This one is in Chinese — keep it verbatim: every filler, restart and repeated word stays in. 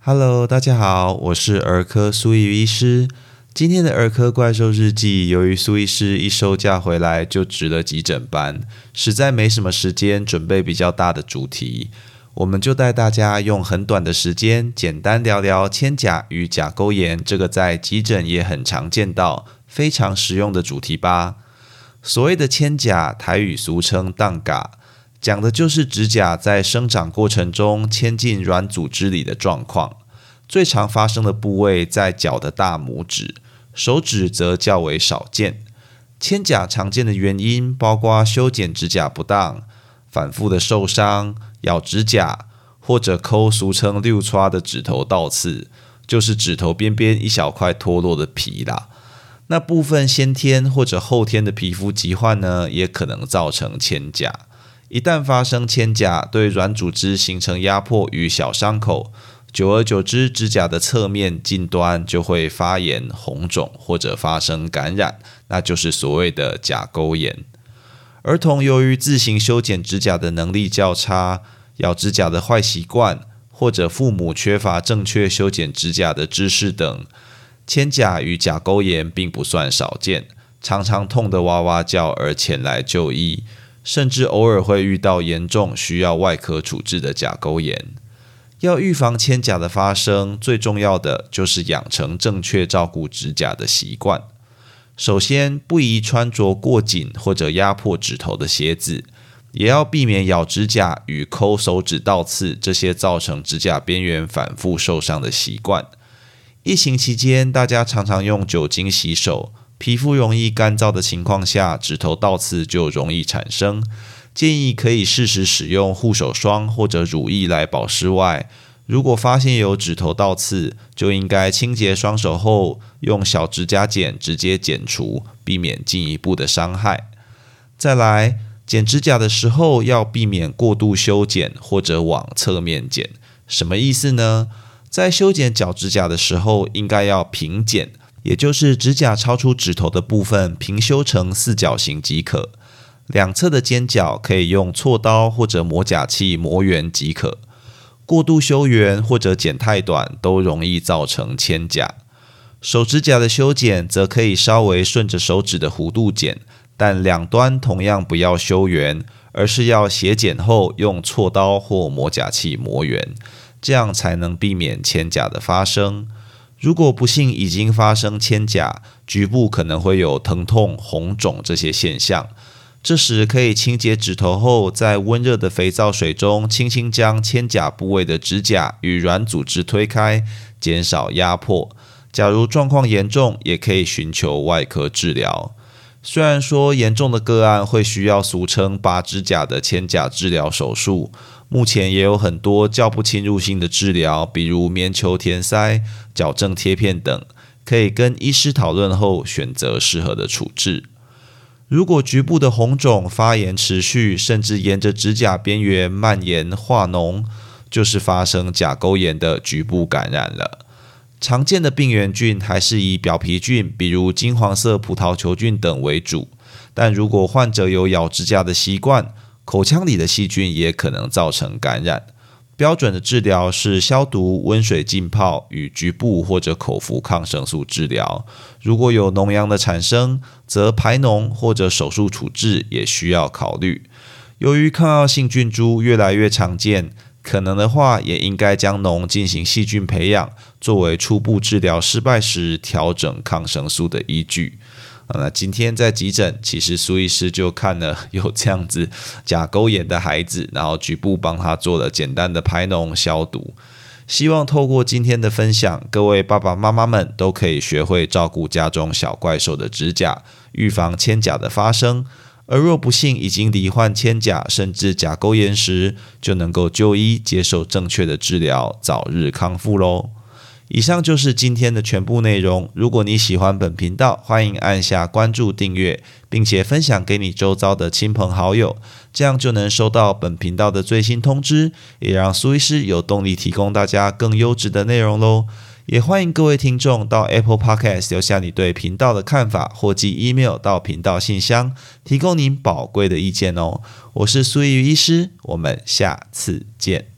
Hello， 大家好，我是儿科苏奕医师。今天的儿科怪兽日记，由于苏医师一收假回来就值了急诊班，实在没什么时间准备比较大的主题，我们就带大家用很短的时间，简单聊聊铅钾与甲沟炎这个在急诊也很常见到、非常实用的主题吧。所谓的铅钾，台语俗称当嘎，讲的就是指甲在生长过程中嵌进软组织里的状况。最常发生的部位在脚的大拇指，手指则较为少见。铅钾常见的原因包括修剪指甲不当、反复的受伤、咬指甲，或者抠俗称六刷的指头倒刺，就是指头边边一小块脱落的皮啦。那部分先天或者后天的皮肤疾患呢，也可能造成铅钾。一旦发生铅钾，对软组织形成压迫与小伤口，久而久之，指甲的侧面近端就会发炎、红肿或者发生感染，那就是所谓的甲沟炎。儿童由于自行修剪指甲的能力较差、咬指甲的坏习惯，或者父母缺乏正确修剪指甲的知识等，铅钾与甲沟炎并不算少见，常常痛得哇哇叫而前来就医，甚至偶尔会遇到严重需要外科处置的甲沟炎。要预防铅钾的发生，最重要的就是养成正确照顾指甲的习惯。首先，不宜穿着过紧或者压迫指头的鞋子，也要避免咬指甲与抠手指倒刺这些造成指甲边缘反复受伤的习惯。疫情期间，大家常常用酒精洗手，皮肤容易干燥的情况下，指头倒刺就容易产生。建议可以适时使用护手霜或者乳液来保湿外，如果发现有指头倒刺，就应该清洁双手后，用小指甲剪直接剪除，避免进一步的伤害。再来，剪指甲的时候要避免过度修剪或者往侧面剪。什么意思呢？在修剪脚指甲的时候，应该要平剪，也就是指甲超出指头的部分平修成四角形即可。两侧的尖角可以用锉刀或者磨甲器磨圆即可。过度修圆或者剪太短都容易造成铅钾。手指甲的修剪则可以稍微顺着手指的弧度剪，但两端同样不要修圆，而是要斜剪后用锉刀或磨甲器磨圆，这样才能避免铅钾的发生。如果不幸已经发生铅钾，局部可能会有疼痛、红肿这些现象。这时可以清洁指头后，在温热的肥皂水中轻轻将铅钾部位的指甲与软组织推开，减少压迫。假如状况严重，也可以寻求外科治疗。虽然说严重的个案会需要俗称拔指甲的铅钾治疗手术，目前也有很多较不侵入性的治疗，比如棉球填塞、矫正贴片等，可以跟医师讨论后选择适合的处置。如果局部的红肿发炎持续，甚至沿着指甲边缘蔓延化脓，就是发生甲沟炎的局部感染了。常见的病原菌还是以表皮菌，比如金黄色葡萄球菌等为主，但如果患者有咬指甲的习惯，口腔里的细菌也可能造成感染。标准的治疗是消毒、温水浸泡与局部或者口服抗生素治疗。如果有脓疡的产生，则排脓或者手术处置也需要考虑。由于抗药性菌株越来越常见，可能的话也应该将脓进行细菌培养，作为初步治疗失败时调整抗生素的依据。那今天在急诊，其实苏医师就看了有这样子甲沟炎的孩子，然后局部帮他做了简单的排脓消毒。希望透过今天的分享，各位爸爸妈妈们都可以学会照顾家中小怪兽的指甲，预防铅钾的发生。而若不幸已经罹患铅钾甚至甲沟炎时，就能够就医接受正确的治疗，早日康复咯。以上就是今天的全部内容。如果你喜欢本频道，欢迎按下关注订阅，并且分享给你周遭的亲朋好友，这样就能收到本频道的最新通知，也让苏医师有动力提供大家更优质的内容咯。也欢迎各位听众到 Apple Podcast 留下你对频道的看法，或寄 email 到频道信箱，提供您宝贵的意见哦。我是苏奕医师，我们下次见。